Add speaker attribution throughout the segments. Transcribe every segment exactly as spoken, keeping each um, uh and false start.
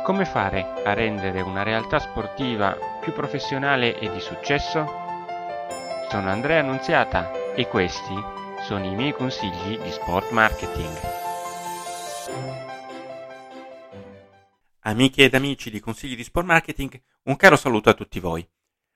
Speaker 1: Come fare a rendere una realtà sportiva più professionale e di successo? Sono Andrea Annunziata e questi sono i miei consigli di sport marketing.
Speaker 2: Amiche ed amici di Consigli di Sport Marketing, un caro saluto a tutti voi.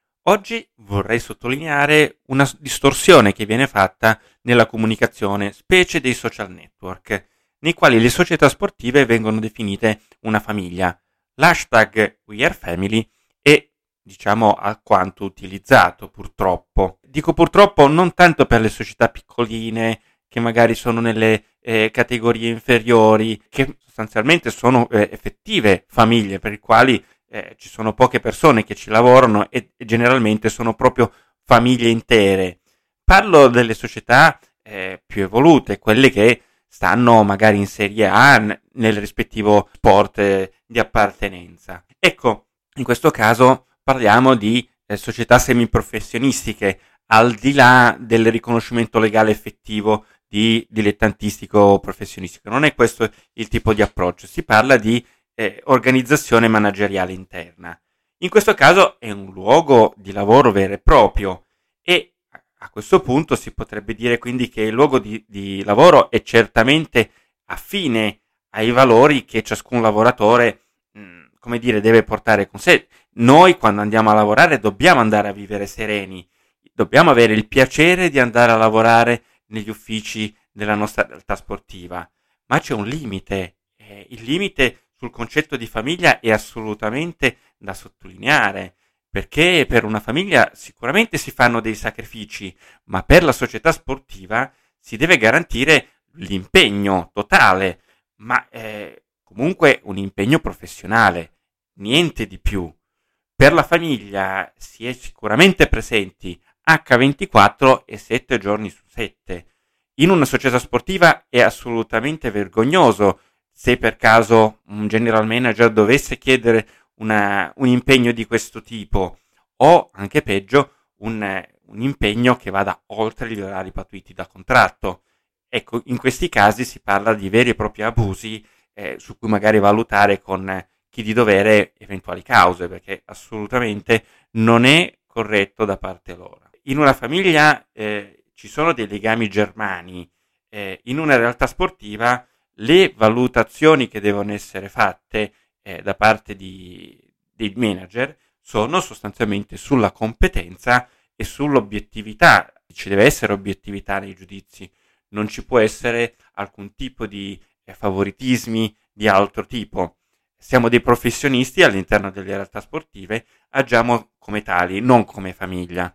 Speaker 2: Oggi vorrei sottolineare una distorsione che viene fatta nella comunicazione, specie dei social network, nei quali le società sportive vengono definite una famiglia. L'hashtag We Are Family è, diciamo, alquanto utilizzato, purtroppo. Dico purtroppo non tanto per le società piccoline, che magari sono nelle eh, categorie inferiori, che sostanzialmente sono eh, effettive famiglie per le quali eh, ci sono poche persone che ci lavorano e, e generalmente sono proprio famiglie intere. Parlo delle società eh, più evolute, quelle che stanno magari in Serie A n- nel rispettivo sport eh, di appartenenza. Ecco, in questo caso parliamo di eh, società semiprofessionistiche, al di là del riconoscimento legale effettivo di dilettantistico professionistico. Non è questo il tipo di approccio, si parla di eh, organizzazione manageriale interna. In questo caso è un luogo di lavoro vero e proprio e a questo punto si potrebbe dire quindi che il luogo di, di lavoro è certamente affine ai valori che ciascun lavoratore, mh, come dire, deve portare con sé. Noi quando andiamo a lavorare dobbiamo andare a vivere sereni, dobbiamo avere il piacere di andare a lavorare negli uffici della nostra realtà sportiva, ma c'è un limite, eh, il limite sul concetto di famiglia è assolutamente da sottolineare, perché per una famiglia sicuramente si fanno dei sacrifici, ma per la società sportiva si deve garantire l'impegno totale, ma eh, comunque un impegno professionale, niente di più. Per la famiglia si è sicuramente presenti acca ventiquattro e sette giorni su sette. In una società sportiva è assolutamente vergognoso se per caso un general manager dovesse chiedere una, un impegno di questo tipo o, anche peggio, un, un impegno che vada oltre gli orari pattuiti da contratto. Ecco, in questi casi si parla di veri e propri abusi eh, su cui magari valutare con chi di dovere eventuali cause, perché assolutamente non è corretto da parte loro. In una famiglia eh, ci sono dei legami germani, eh, in una realtà sportiva le valutazioni che devono essere fatte eh, da parte di, dei manager sono sostanzialmente sulla competenza e sull'obiettività. Ci deve essere obiettività nei giudizi, non ci può essere alcun tipo di eh, favoritismi di altro tipo. Siamo dei professionisti all'interno delle realtà sportive, agiamo come tali, non come famiglia.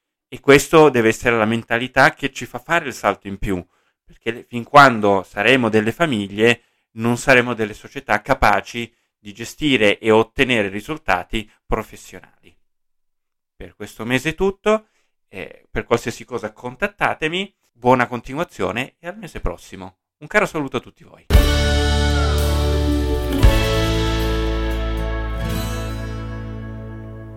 Speaker 2: E questo deve essere la mentalità che ci fa fare il salto in più, perché fin quando saremo delle famiglie non saremo delle società capaci di gestire e ottenere risultati professionali. Per questo mese è tutto, eh, per qualsiasi cosa contattatemi, buona continuazione e al mese prossimo. Un caro saluto a tutti voi.